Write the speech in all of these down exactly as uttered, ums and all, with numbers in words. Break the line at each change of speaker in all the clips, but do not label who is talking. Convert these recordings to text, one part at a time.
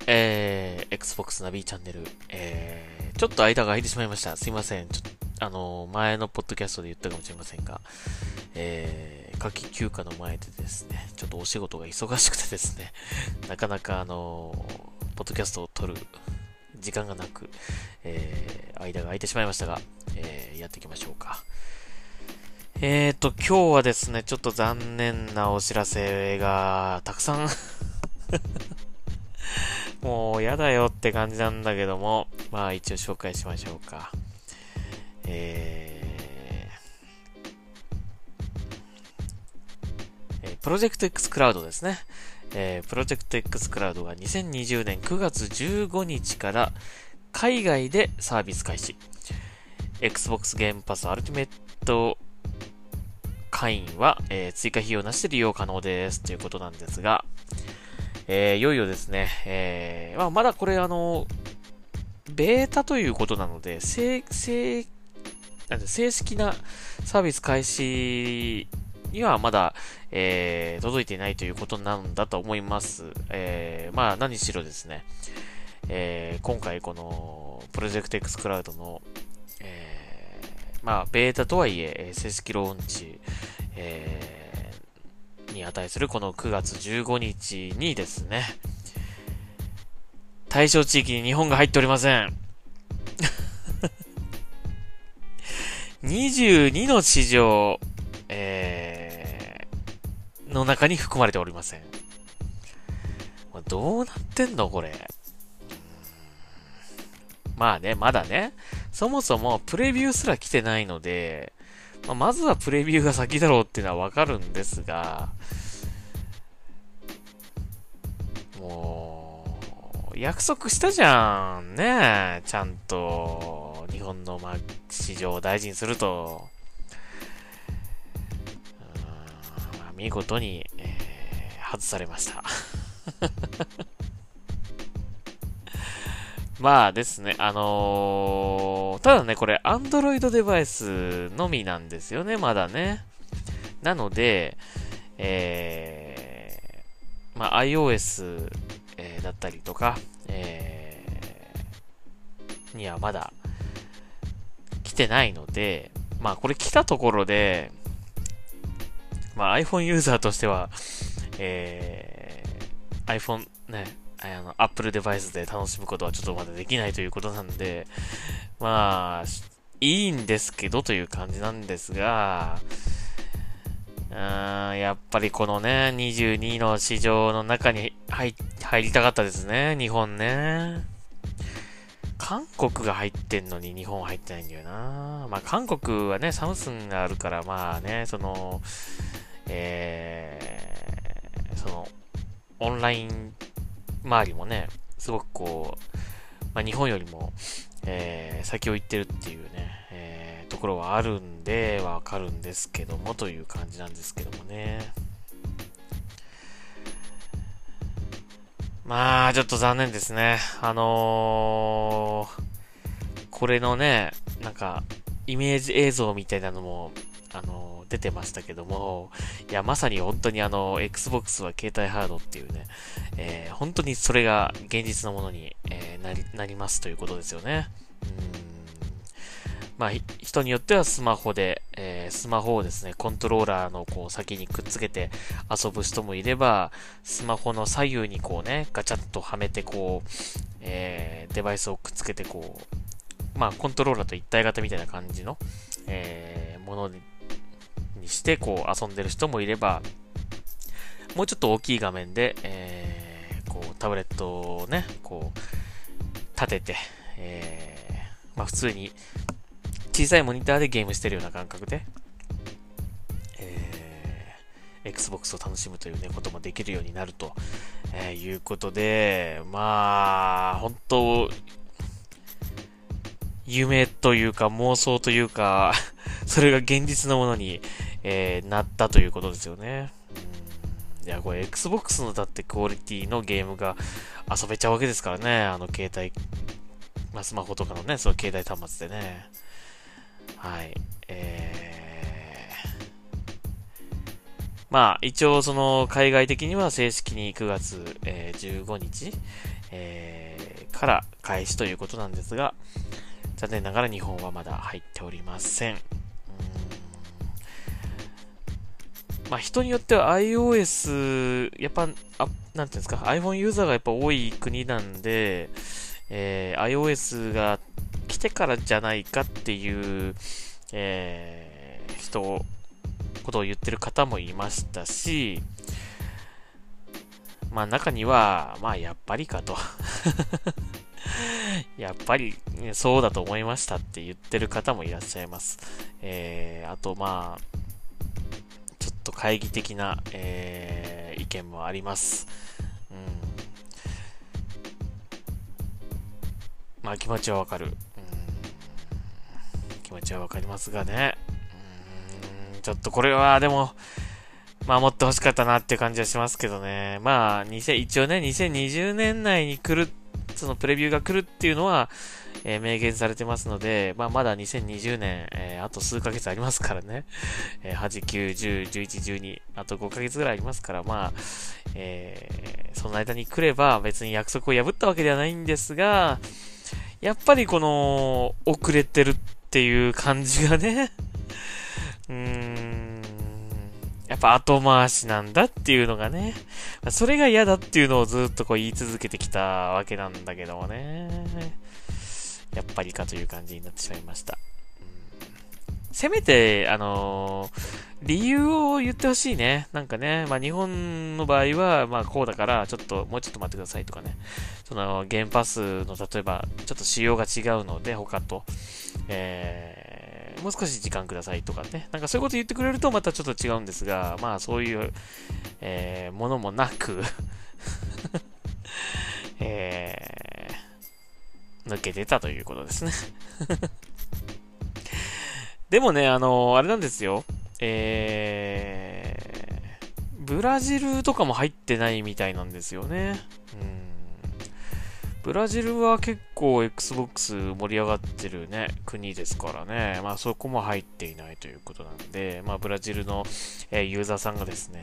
えー、Xbox ナビチャンネル、えー、ちょっと間が空いてしまいました。すいません。ちょっと、あのー、前のポッドキャストで言ったかもしれませんが、えー、夏季休暇の前でですね、ちょっとお仕事が忙しくてですね、なかなかあのー、ポッドキャストを撮る時間がなく、えー、間が空いてしまいましたが、えー、やっていきましょうか。えーと、今日はですね、ちょっと残念なお知らせがたくさんもうやだよって感じなんだけども、まあ一応紹介しましょうか。えー、えープロジェクト X クラウドですね。えー、プロジェクト X クラウドがにせんにじゅうねんくがつじゅうごにちから海外でサービス開始。Xbox ゲームパスアルティメット会員は、えー、追加費用なしで利用可能ですということなんですが、えー、いよいよですね、えーまあ、まだこれあの、ベータということなので、正、正、なんで正式なサービス開始にはまだ、えー、届いていないということなんだと思います。えー、まあ何しろですね、えー、今回このプロジェクト X クラウドの、えー、まあベータとはいえ、正式ローンチ、えーに値するこのくがつじゅうごにちにですね、対象地域に日本が入っておりません。にじゅうにの市場、えー、の中に含まれておりません。どうなってんのこれ。まあね、まだね、そもそもプレビューすら来てないので、まあ、まずはプレビューが先だろうっていうのはわかるんですが、もう、約束したじゃん。ねえ。ちゃんと、日本の、まあ、市場を大事にすると。うーんまあ、見事に、えー外されました。まあですね、あのーただね、これ、Android デバイスのみなんですよね、まだね。なので、えー、まあ、iOS、えーだったりとか、えーにはまだ来てないので、まあこれ来たところで、まあ iPhone ユーザーとしては、えー、iPhone ね、あの Apple デバイスで楽しむことはちょっとまだできないということなんで、まあ、いいんですけどという感じなんですが、あーやっぱりこのね、にじゅうにの市場の中に入入りたかったですね、日本ね。韓国が入ってんのに日本入ってないんだよな。まあ韓国はね、サムスンがあるから、まあね、その、えー、その、オンライン周りもね、すごくこう、まあ日本よりも、えー、先を行ってるっていうね、えー、ところはあるんで、わかるんですけども、という感じなんですけどもね。まあ、ちょっと残念ですね。あのー、これのね、なんか、イメージ映像みたいなのも、あのー出てましたけども、いや、まさに本当にあの、Xbox は携帯ハードっていうね、えー本当にそれが現実のものに、えーなり、なりますということですよね。うーんまあ、ひ人によってはスマホで、えースマホをですね、コントローラーのこう先にくっつけて遊ぶ人もいれば、スマホの左右にこうね、ガチャッとはめてこう、えーデバイスをくっつけてこう、まあ、コントローラーと一体型みたいな感じの、えーものにしてこう遊んでる人もいれば、もうちょっと大きい画面で、えーこうタブレットをね、こう立てて、えーまあ、普通に小さいモニターでゲームしてるような感覚で、えー Xbox を楽しむというね、こともできるようになると、えーいうことで、まあ、本当夢というか妄想というかそれが現実のものに、えーなったということですよね。うんいや、これ Xbox のだってクオリティのゲームが遊べちゃうわけですからね。あの携帯、まあ、スマホとかのね、その携帯端末でね。はい。えー、まあ、一応その海外的には正式にくがつ、えーじゅうごにち、 えー、から開始ということなんですが、残念ながら日本はまだ入っておりません。うーんまあ人によっては iOS、やっぱ、あ、なんていうんですか、iPhone ユーザーがやっぱ多い国なんで、えー、iOS が来てからじゃないかっていう、えー、人、ことを言ってる方もいましたし、まあ中には、まあやっぱりかと。やっぱり、ね、そうだと思いましたって言ってる方もいらっしゃいます。えー、あとまあ、ちょっと懐疑的な、えー、意見もあります。うん。まあ気持ちはわかる。うん。気持ちはわかりますがね。うん。ちょっとこれはでも、守ってほしかったなっていう感じはしますけどね。まあ、にせん一応ね、にせんにじゅうねん内に来る、そのプレビューが来るっていうのは、えー明言されてますので、まあ、まだにせんにじゅうねん、えーあと数ヶ月ありますからね。えーはち、きゅう、じゅう、じゅういち、じゅうに、あとごかげつぐらいありますから、まあ、えーその間に来れば別に約束を破ったわけではないんですが、やっぱりこの、遅れてるっていう感じがね、うーん、やっぱ後回しなんだっていうのがね、それが嫌だっていうのをずっとこう言い続けてきたわけなんだけどもね、やっぱりかという感じになってしまいました。せめて、あのー理由を言ってほしいね。なんかね、まあ日本の場合は、まあこうだから、ちょっと、もうちょっと待ってくださいとかね。その、原パスの、例えば、ちょっと仕様が違うので、他と、えー、もう少し時間くださいとかね。なんかそういうこと言ってくれるとまたちょっと違うんですが、まあそういう、えー、ものもなく、えー、抜けてたということですね。でもね、あのーあれなんですよ。えー、ブラジルとかも入ってないみたいなんですよね。うん。ブラジルは結構 Xbox 盛り上がってるね、国ですからね。まあそこも入っていないということなんで、まあブラジルの、えーユーザーさんがですね、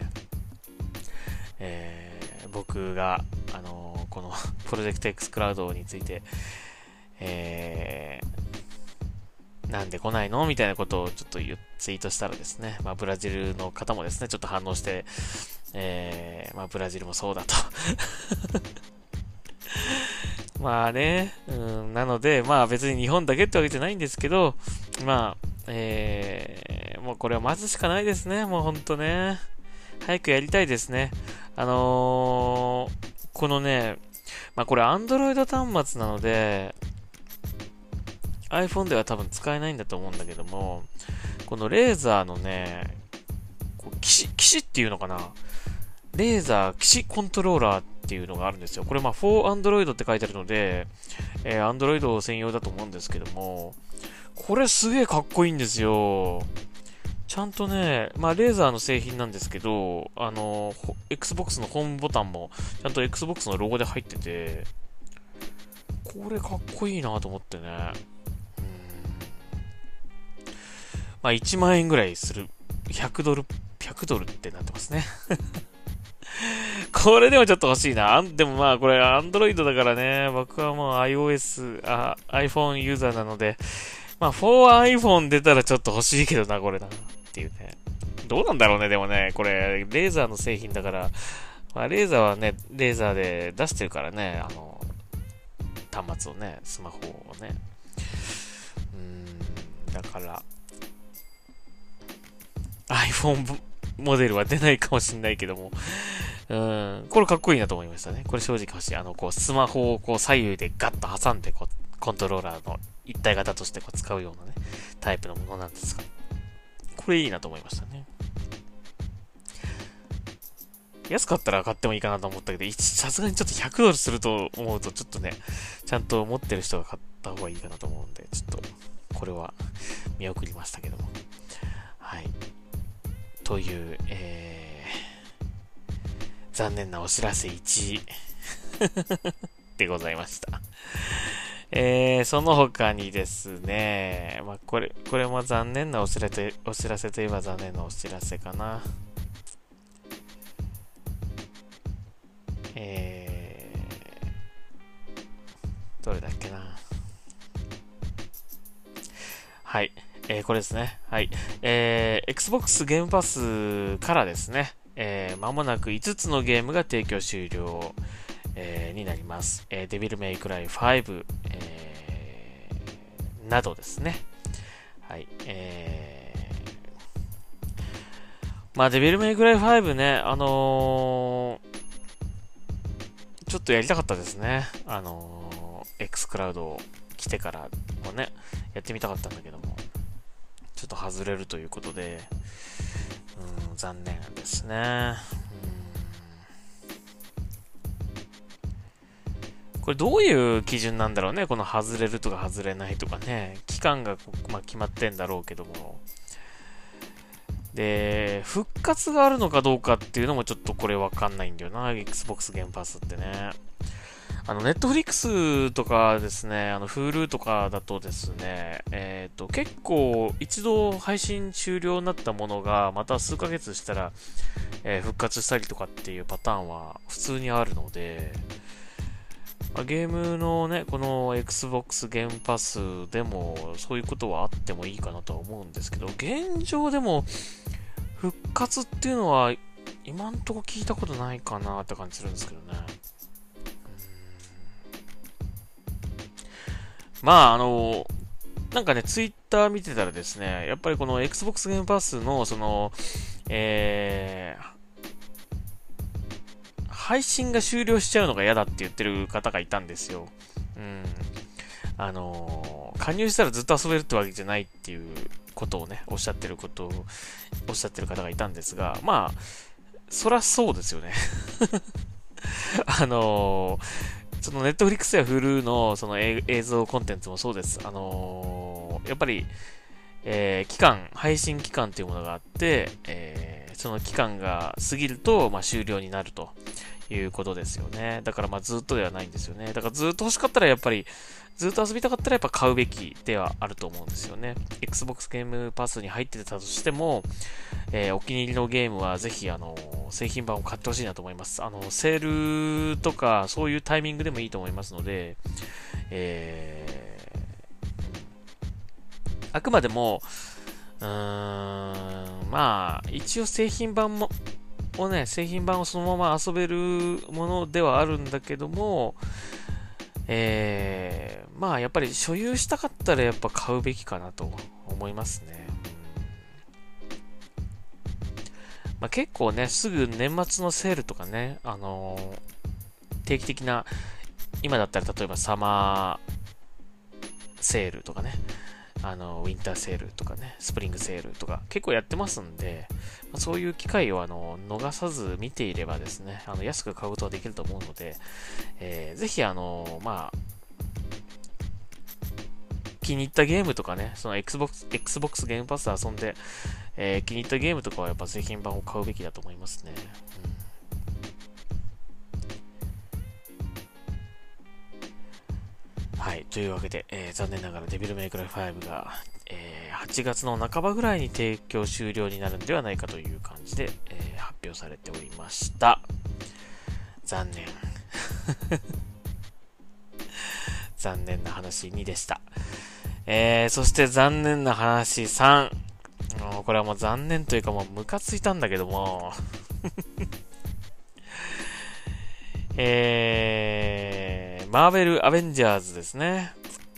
えー僕が、あのーこのプロジェクト X クラウドについて、えーなんで来ないのみたいなことをちょっと言ツイートしたらですね、まあ、ブラジルの方もですね、ちょっと反応して、えー、まあ、ブラジルもそうだと。まあね、うん、なので、まあ別に日本だけってわけじゃないんですけど、まあ、えー、もうこれは待つしかないですね、もうほんとね。早くやりたいですね。あのー、このね、まあこれ Android 端末なので、iPhone では多分使えないんだと思うんだけども、このレーザーのね、こう機種、機種っていうのかな、レーザー機種コントローラーっていうのがあるんですよ。これまあ for Android って書いてあるので、えー、Android 専用だと思うんですけども、これすげえかっこいいんですよ。ちゃんとね、まあレーザーの製品なんですけど、あの、Xbox のホームボタンもちゃんと Xbox のロゴで入ってて、これかっこいいなと思ってね。まあいちまん円ぐらいする。ひゃくドル、ひゃくドルってなってますね。これでもちょっと欲しいな。でもまあこれ Android だからね、僕はもう iOS、あ、iPhone ユーザーなので、まあ for iPhone 出たらちょっと欲しいけどな、これな。っていうね。どうなんだろうね、でもね、これ、レーザーの製品だから、まあレーザーはね、レーザーで出してるからね、あの、端末をね、スマホをね。うーん、だから、iPhone モデルは出ないかもしれないけども、うん、これかっこいいなと思いましたね。これ正直欲しい。あの、こう、スマホをこう左右でガッと挟んで、こう、コントローラーの一体型としてこう使うようなね、タイプのものなんですが、これいいなと思いましたね。安かったら買ってもいいかなと思ったけど、さすがにちょっとひゃくドルすると思うと、ちょっとね、ちゃんと持ってる人が買った方がいいかなと思うんで、ちょっと、これは見送りましたけども。はい。という、えー、残念なお知らせいちでございました。えー、その他にですね、まあ、これ、これも残念なお知らせ、お知らせといえば残念なお知らせかな。えどれだっけな。はい。えー、これですね。はい。えー、Xbox ゲームパスからですね、えー、間もなくいつつのゲームが提供終了、えー、になります。えー、デビルメイクライファイブ、えー、などですね。はい。えー、まあ、デビルメイクライフファイブね、あのー、ちょっとやりたかったですね。あのー、X クラウド来てからもね、やってみたかったんだけども、ちょっと外れるということで、うん、残念ですね。うん、これどういう基準なんだろうね、この外れるとか外れないとかね。期間が、まあ、決まってんだろうけども。で、復活があるのかどうかっていうのもちょっとこれわかんないんだよな、Xbox ゲームパスってね。あの、Netflix とかですね、あの、Hulu とかだとですね、えっと、結構一度配信終了になったものが、また数ヶ月したら、えー復活したりとかっていうパターンは普通にあるので、まあゲームのね、この Xbox ゲームパスでもそういうことはあってもいいかなとは思うんですけど、現状でも復活っていうのは今んとこ聞いたことないかなって感じするんですけどね。まあ、あの、なんかね、ツイッター見てたらですね、やっぱりこの Xbox ゲームパスの、その、えー、配信が終了しちゃうのが嫌だって言ってる方がいたんですよ。うん。あのー、加入したらずっと遊べるってわけじゃないっていうことをね、おっしゃってることを、おっしゃってる方がいたんですが、まあ、そらそうですよね。あのー、そのネットフリックスや Hulu のその映像コンテンツもそうです。あのー、やっぱり、えー、期間、配信期間というものがあって、えー、その期間が過ぎると、まあ、終了になるということですよね。だからまあずっとではないんですよね。だからずっと欲しかったらやっぱり、ずっと遊びたかったらやっぱ買うべきではあると思うんですよね。Xbox ゲームパスに入ってたとしても、えー、お気に入りのゲームはぜひあの製品版を買ってほしいなと思います。あのセールとかそういうタイミングでもいいと思いますので、えー、あくまでもうーんまあ一応製品版もをね製品版をそのまま遊べるものではあるんだけども、えー、まあやっぱり所有したかったらやっぱ買うべきかなと思いますね。まあ、結構ね、すぐ年末のセールとかね、あのー、定期的な、今だったら例えばサマーセールとかね、あのー、ウィンターセールとかね、スプリングセールとか結構やってますんで、まあ、そういう機会をあの逃さず見ていればですね、あの安く買うことはできると思うので、えー、ぜひあのー、まあ、気に入ったゲームとかね、その Xbox、Xbox ゲームパスで遊んで、えー、気に入ったゲームとかはやっぱ製品版を買うべきだと思いますね。うん、はい。というわけで、えー、残念ながらデビルメイクライフファイブが、えー、はちがつの半ばぐらいに提供終了になるんではないかという感じで、えー、発表されておりました。残念。残念な話にでした。えー、そして残念な話さん。これはもう残念というかもうムカついたんだけどもえー、マーベル・アベンジャーズですね。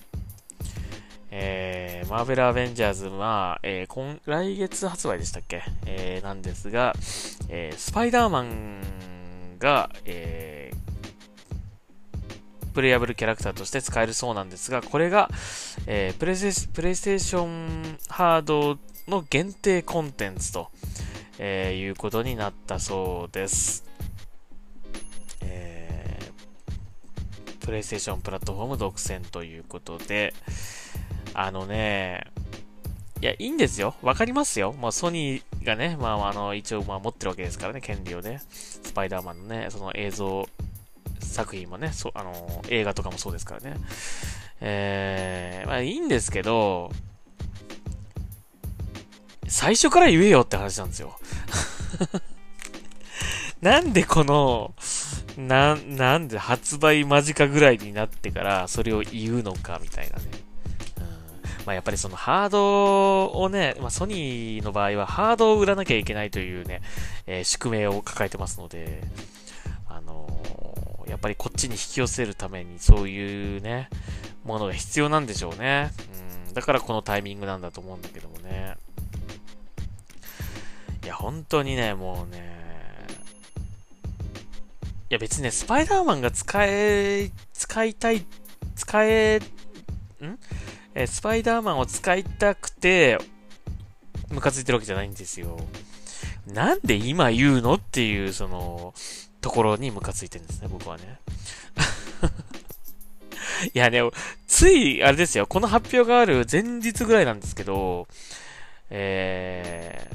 えー、マーベル・アベンジャーズは、えー、今来月発売でしたっけ、えー、なんですが、えー、スパイダーマンが、えー、プレイヤブルキャラクターとして使えるそうなんですが、これが、えー、プレイスプレイステーションハードの限定コンテンツと、えー、いうことになったそうです。えー、プレイステーションプラットフォーム独占ということで、あのね、いや、いいんですよ。わかりますよ。まあ、ソニーがね、まあ、あの、一応、まあ、持ってるわけですからね、権利をね。スパイダーマンのね、その映像作品もね、そあの、映画とかもそうですからね。えー、まあ、いいんですけど、最初から言えよって話なんですよ。なんでこの、 な、なんで発売間近ぐらいになってからそれを言うのかみたいなね。うん、まあやっぱりそのハードをね、まあソニーの場合はハードを売らなきゃいけないというね、えー宿命を抱えてますので、あのーやっぱりこっちに引き寄せるためにそういうね、ものが必要なんでしょうね。うん、だからこのタイミングなんだと思うんだけどもね。いや、本当にね、もうね、いや別にね、スパイダーマンが使え、使いたい、使え、んえスパイダーマンを使いたくて、ムカついてるわけじゃないんですよ。なんで今言うのっていう、その、ところにムカついてるんですね、僕はね。いやね、つい、あれですよ、この発表がある前日ぐらいなんですけど、え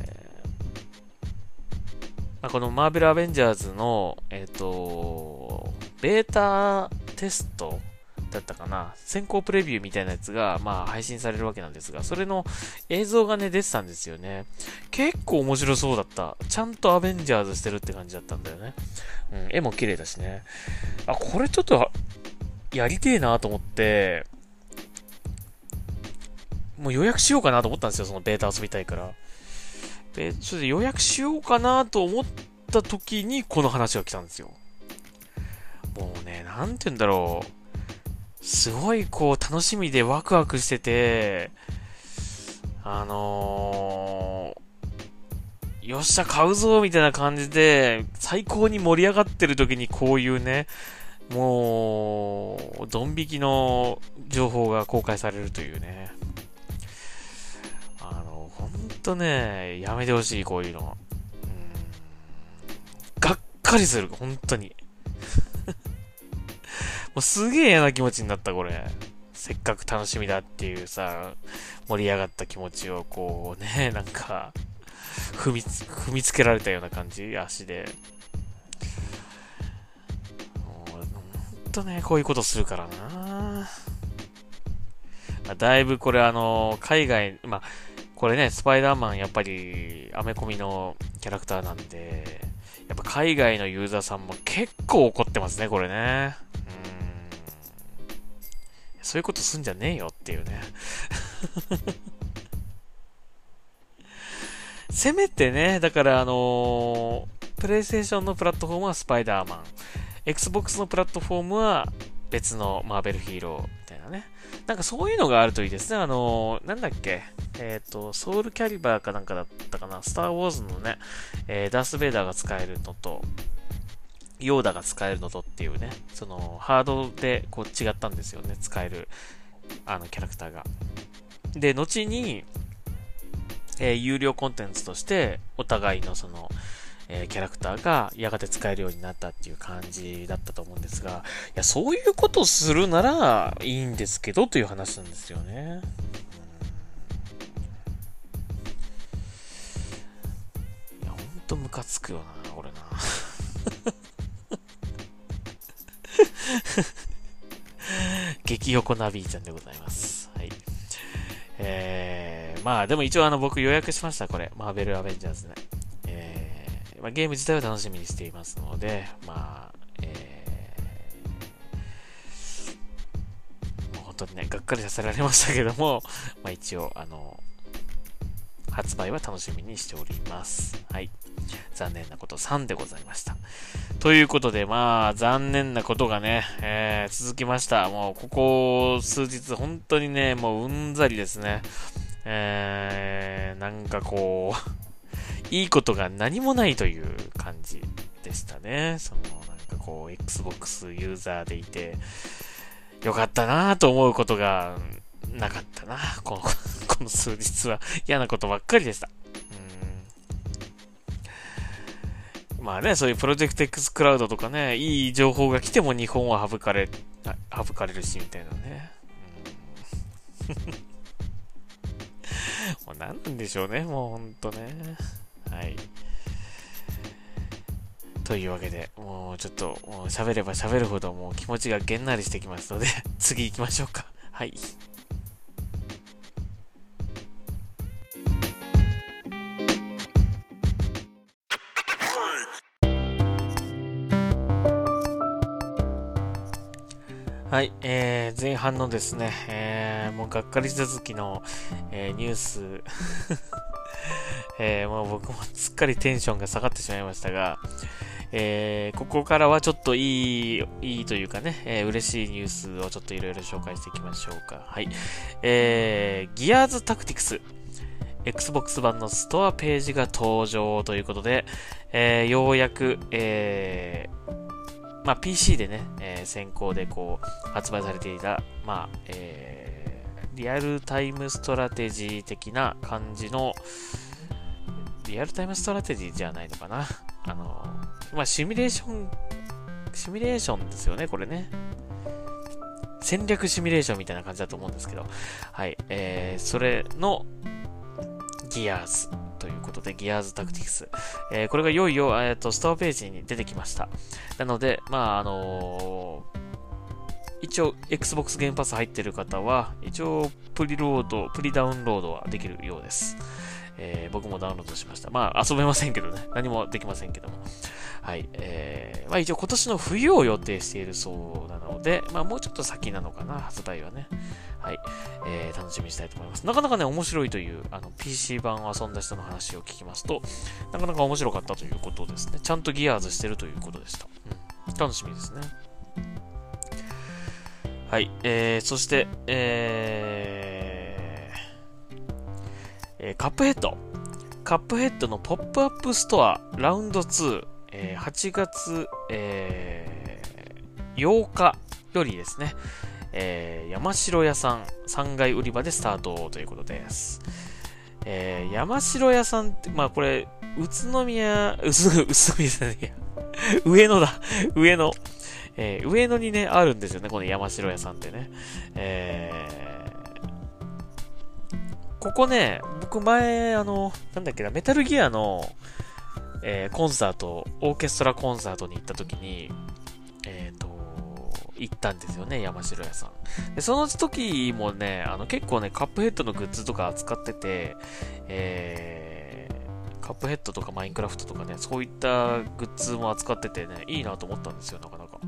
ー、まあ、このマーベル・アベンジャーズの、えっ、と、ベータテストだったかな、先行プレビューみたいなやつが、まあ、配信されるわけなんですが、それの映像がね、出てたんですよね。結構面白そうだった。ちゃんとアベンジャーズしてるって感じだったんだよね。うん、絵も綺麗だしね。あ、これちょっと、やりてえなと思って、もう予約しようかなと思ったんですよ、そのベータ遊びたいから。で、それで予約しようかなと思った時にこの話が来たんですよ。もうね、なんて言うんだろう。すごいこう楽しみでワクワクしてて、あのー、よっしゃ買うぞみたいな感じで、最高に盛り上がってる時にこういうね、もう、ドン引きの情報が公開されるというね。あの、ほんとね、やめてほしい、こういうの。うん、がっかりする、本当に。もうすげえ嫌な気持ちになった、これ。せっかく楽しみだっていうさ、盛り上がった気持ちをこうね、なんか、踏みつ、踏みつけられたような感じ、足で。もう、ほんとね、こういうことするからな。だいぶこれあの、海外、まあ、これね、スパイダーマンやっぱり、アメコミのキャラクターなんで、やっぱ海外のユーザーさんも結構怒ってますね、これね。うん。そういうことすんじゃねえよっていうね。せめてね、だからあのー、プレイステーションのプラットフォームはスパイダーマン。Xbox のプラットフォームは別のマーベルヒーローみたいなね。なんかそういうのがあるといいですね。あのー、なんだっけ。えっ、ー、と、ソウルキャリバーかなんかだったかな。スターウォーズのね、えー、ダース・ベイダーが使えるのと、ヨーダが使えるのとっていうね、その、ハードでこう違ったんですよね。使える、あの、キャラクターが。で、後に、えー、有料コンテンツとして、お互いのその、えー、キャラクターがやがて使えるようになったっていう感じだったと思うんですが、いや、そういうことするならいいんですけどという話なんですよね。いや、ほんとムカつくよな、俺な。激横ナビーちゃんでございます。はい。えー、まあでも一応あの僕予約しました、これ。マーベルアベンジャーズね。えー、まあ、ゲーム自体を楽しみにしていますので、まあ、えー、もう本当にね、がっかりさせられましたけども、まあ一応、あの、発売は楽しみにしております。はい。残念なことさんでございました。ということで、まあ、残念なことがね、えー、続きました。もう、ここ数日、本当にね、もううんざりですね。えー、なんかこう、いいことが何もないという感じでしたね。その、なんかこう、Xbox ユーザーでいて、よかったなぁと思うことがなかったな。この、この数日は嫌なことばっかりでした。まあね、そういうプロジェクト X クラウドとかね、いい情報が来ても日本は省かれ、省かれるし、みたいなね。うん、もう何なんでしょうね、もうほんとね。はい。というわけで、もうちょっと、もう喋れば喋るほどもう気持ちがげんなりしてきますので、次行きましょうか。はい。 はい、えー、前半のですね、えー、もうがっかり続きの、えー、ニュース、えー、もう僕もすっかりテンションが下がってしまいましたが、えー、ここからはちょっといい、いいというかね、えー、嬉しいニュースをちょっといろいろ紹介していきましょうか。はい。えー、ギアーズタクティクス。Xbox 版のストアページが登場ということで、えー、ようやく、えー、まあ、ピーシー でね、えー、先行でこう、発売されていた、まあ、えー、リアルタイムストラテジー的な感じの、リアルタイムストラテジーじゃないのかな。あの、まあ、シミュレーション、シミュレーションですよね、これね。戦略シミュレーションみたいな感じだと思うんですけど。はい。えー、それの、ギアーズということで、ギアーズタクティクス。えー、これがいよいよ、えっと、ストアページに出てきました。なので、まあ、あのー、一応、Xbox ゲームパス入ってる方は、一応、プリロード、プリダウンロードはできるようです。えー、僕もダウンロードしました。まあ、遊べませんけどね。何もできませんけども。はい。えー、まあ一応今年の冬を予定しているそうなので、まあもうちょっと先なのかな、発売はね。はい。えー、楽しみにしたいと思います。なかなかね、面白いという、あの、ピーシー 版を遊んだ人の話を聞きますと、なかなか面白かったということですね。ちゃんとギアーズしてるということでした。うん。楽しみですね。はい。えー、そして、えー、えー、カップヘッド。カップヘッドのポップアップストアラウンドツー、えー、はちがつ、えー、ようかよりですね、えー、山城屋さんさんがい売り場でスタートということです。えー、山城屋さんって、まあこれ、宇都宮、宇都、宇都宮じゃないや。上野だ。上野。えー、上野にね、あるんですよね、この山城屋さんってね。えー、ここね、僕前、あの、なんだっけな、メタルギアの、えー、コンサート、オーケストラコンサートに行った時に、えっと、行ったんですよね、山城屋さん。で、その時もね、あの、結構ね、カップヘッドのグッズとか扱ってて、えー、カップヘッドとかマインクラフトとかね、そういったグッズも扱っててね、いいなと思ったんですよ、なかなか。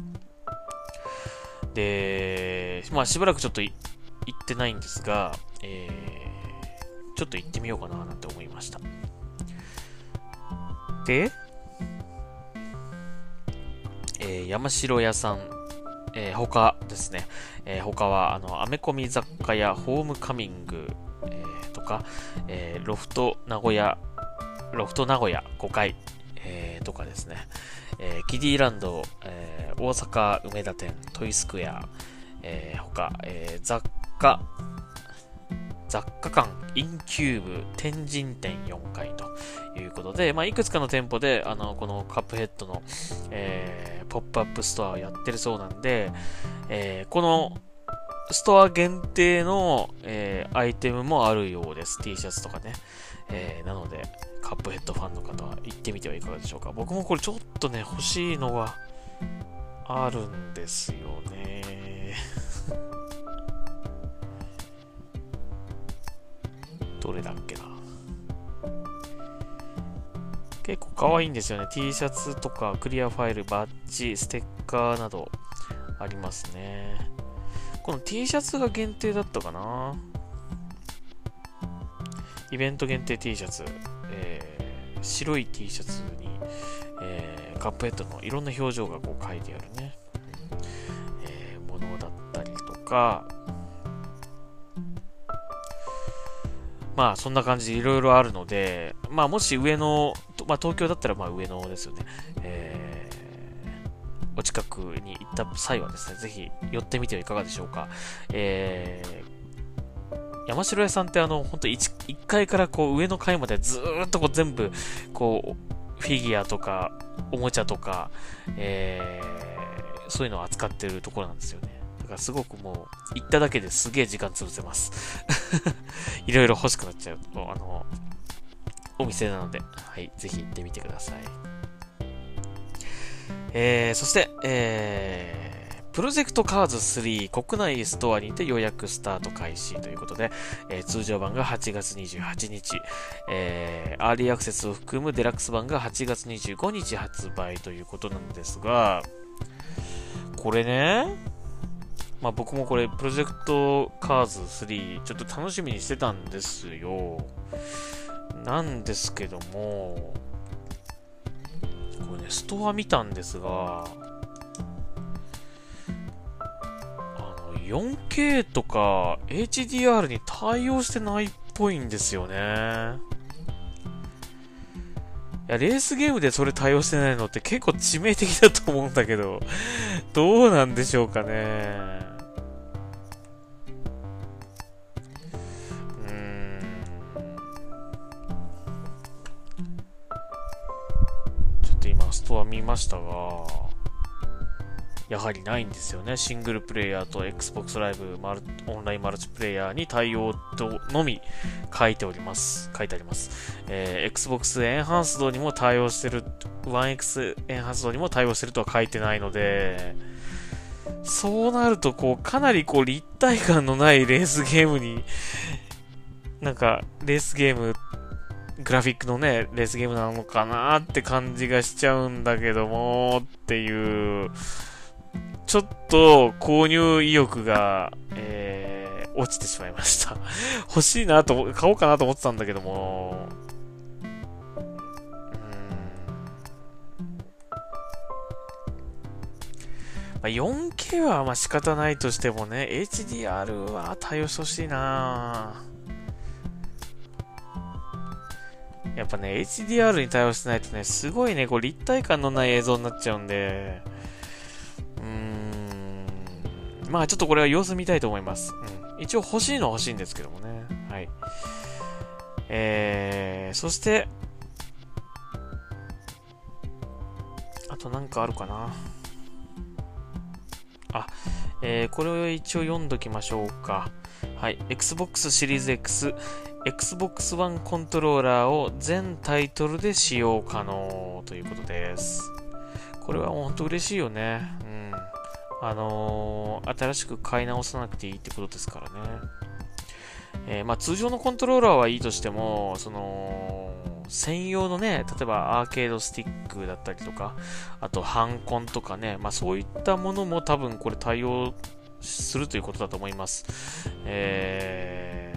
で、まあ、しばらくちょっと行ってないんですが、えー、ちょっと行ってみようかななんて思いました。で、えー、山城屋さん、えー、他ですね、えー、他は、あの、アメコミ雑貨やホームカミング、えー、とか、えー、ロフト名古屋、ロフト名古屋ごかい、えー、とかですね、えー、キディランド、えー、大阪梅田店、トイスクエア、えー、他、えー、雑貨、雑貨館、インキューブ、天神店よんかいということで、まあ、いくつかの店舗で、あの、このカップヘッドの、えー、ポップアップストアをやってるそうなんで、えー、このストア限定の、えー、アイテムもあるようです。T シャツとかね。えー、なので、カップヘッドファンの方は行ってみてはいかがでしょうか。僕もこれちょっとね、欲しいのがあるんですよね。どれだっけな。結構可愛いんですよね。T シャツとかクリアファイル、バッジ、ステッカーなどありますね。この T シャツが限定だったかな。イベント限定 T シャツ、えー、白い T シャツに、えー、カップヘッドのいろんな表情がこう書いてあるね、えー、ものだったりとか、まあそんな感じでいろいろあるので、まあもし上野、まあ東京だったらまあ上野ですよね。えー、お近くに行った際はですね、ぜひ寄ってみてはいかがでしょうか。えー、山城屋さんってあの、ほんと 1, いっかいからこう上の階までずーっとこう全部、こう、フィギュアとか、おもちゃとか、えー、そういうのを扱ってるところなんですよね。だからすごくもう、行っただけですげえ時間潰せます。いろいろ欲しくなっちゃう、あの、お店なので、はい、ぜひ行ってみてください。えー、そして、えー、プロジェクトカーズスリー国内ストアにて予約スタート開始ということで、えー、通常版がはちがつにじゅうはちにち、えー、アーリーアクセスを含むデラックス版がはちがつにじゅうごにち発売ということなんですが、これね、 まあ僕もこれ、プロジェクトカーズスリー、ちょっと楽しみにしてたんですよ。なんですけども、これね、ストア見たんですが、あの、よんケー とか エイチディーアール に対応してないっぽいんですよね。いや、レースゲームでそれ対応してないのって結構致命的だと思うんだけど、どうなんでしょうかね。うーん。ちょっと今、ストア見ましたが、やはりないんですよね。シングルプレイヤーと Xbox Live マルオンラインマルチプレイヤーに対応とのみ書いております。書いてあります。えー、Xbox エンハンスドにも対応してる、ワンエックス エンハンスドにも対応してるとは書いてないので、そうなるとこう、かなりこう、立体感のないレースゲームに、なんか、レースゲーム、グラフィックのね、レースゲームなのかなって感じがしちゃうんだけども、っていう、ちょっと購入意欲が、えー、落ちてしまいました。欲しいなと、買おうかなと思ってたんだけども、うーん、まあ、よんケー はまあ仕方ないとしてもね、エイチディーアール は対応してほしいな。やっぱね、エイチディーアール に対応してないとね、すごいね、こう立体感のない映像になっちゃうんで、うーん、まあちょっとこれは様子見たいと思います。うん、一応欲しいのは欲しいんですけどもね。はい。えー、そして、あとなんかあるかな。あ、えー、これを一応読んどきましょうか。はい。Xbox シリーズ X、Xbox One コントローラーを全タイトルで使用可能ということです。これはもう本当嬉しいよね。うん。あのー、新しく買い直さなくていいってことですからね。えー、まあ通常のコントローラーはいいとしても、その、専用のね、例えばアーケードスティックだったりとか、あとハンコンとかね、まあそういったものも多分これ対応するということだと思います。え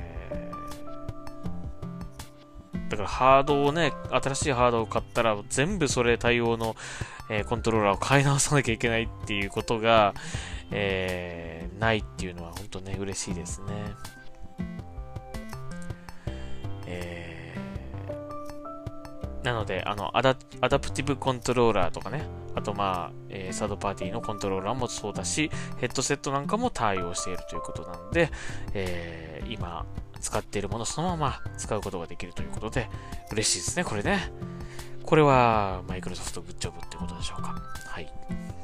ー、だからハードをね、新しいハードを買ったら全部それ対応の、えー、コントローラーを買い直さなきゃいけないっていうことが、えー、ないっていうのは本当ね、嬉しいですね。えー、なので、あのアダ、アダプティブコントローラーとかね、あとまあ、えー、サードパーティーのコントローラーもそうだし、ヘッドセットなんかも対応しているということなので、えー、今使っているものをそのまま使うことができるということで、嬉しいですね、これね。これは、マイクロソフトグッジョブってことでしょうか。はい。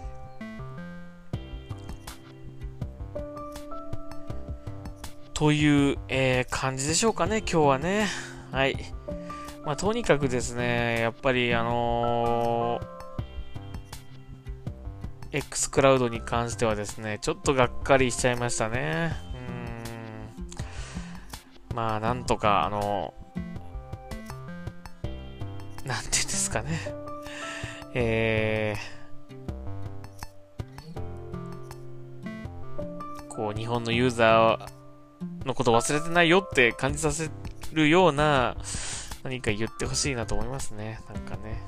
という、えー、感じでしょうかね、今日はね。はい。まあ、とにかくですね、やっぱり、あのー、X クラウドに関してはですね、ちょっとがっかりしちゃいましたね。うーん。まあ、なんとか、あのー、なんていうんですかね。えー、こう、日本のユーザーのこと忘れてないよって感じさせるような何か言ってほしいなと思いますね。なんかね。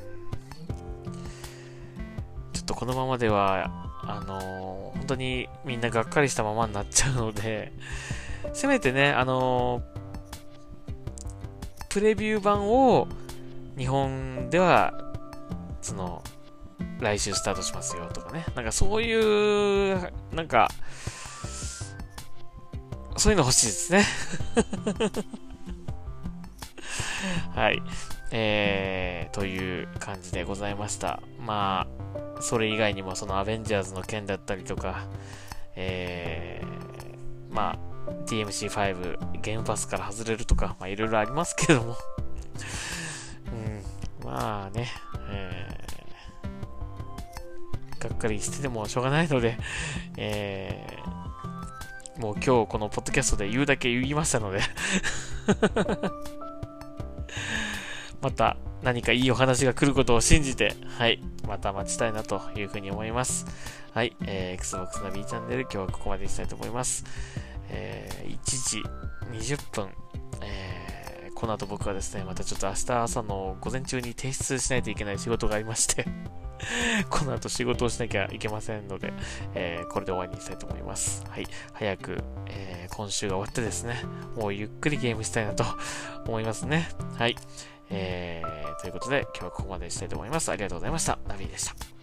ちょっとこのままでは、あのー、本当にみんながっかりしたままになっちゃうので、せめてね、あのー、プレビュー版を日本では、その、来週スタートしますよとかね。なんかそういう、なんか、そういうの欲しいですね。はい。えー、という感じでございました。まあ、それ以外にもそのアベンジャーズの件だったりとか、えー、まあ、ディーエムシーファイブ ゲームパスから外れるとか、まあいろいろありますけども。うん、まあね、えー、がっかりしててもしょうがないので、えー、もう今日このポッドキャストで言うだけ言いましたのでまた、 何かいいお話が来ることを信じて、はい、また待ちたいなというふうに思います。はい、えー、Xbox の B チャンネル、今日はここまでにしたいと思います。えー、いちじにじゅっぷん、えー、この後僕はですね、またちょっと明日朝の午前中に提出しないといけない仕事がありましてこの後仕事をしなきゃいけませんので、えー、これで終わりにしたいと思います。はい。早く、えー、今週が終わってですね、もうゆっくりゲームしたいなと思いますね。はい。えー、ということで、今日はここまでにしたいと思います。ありがとうございました。ナビでした。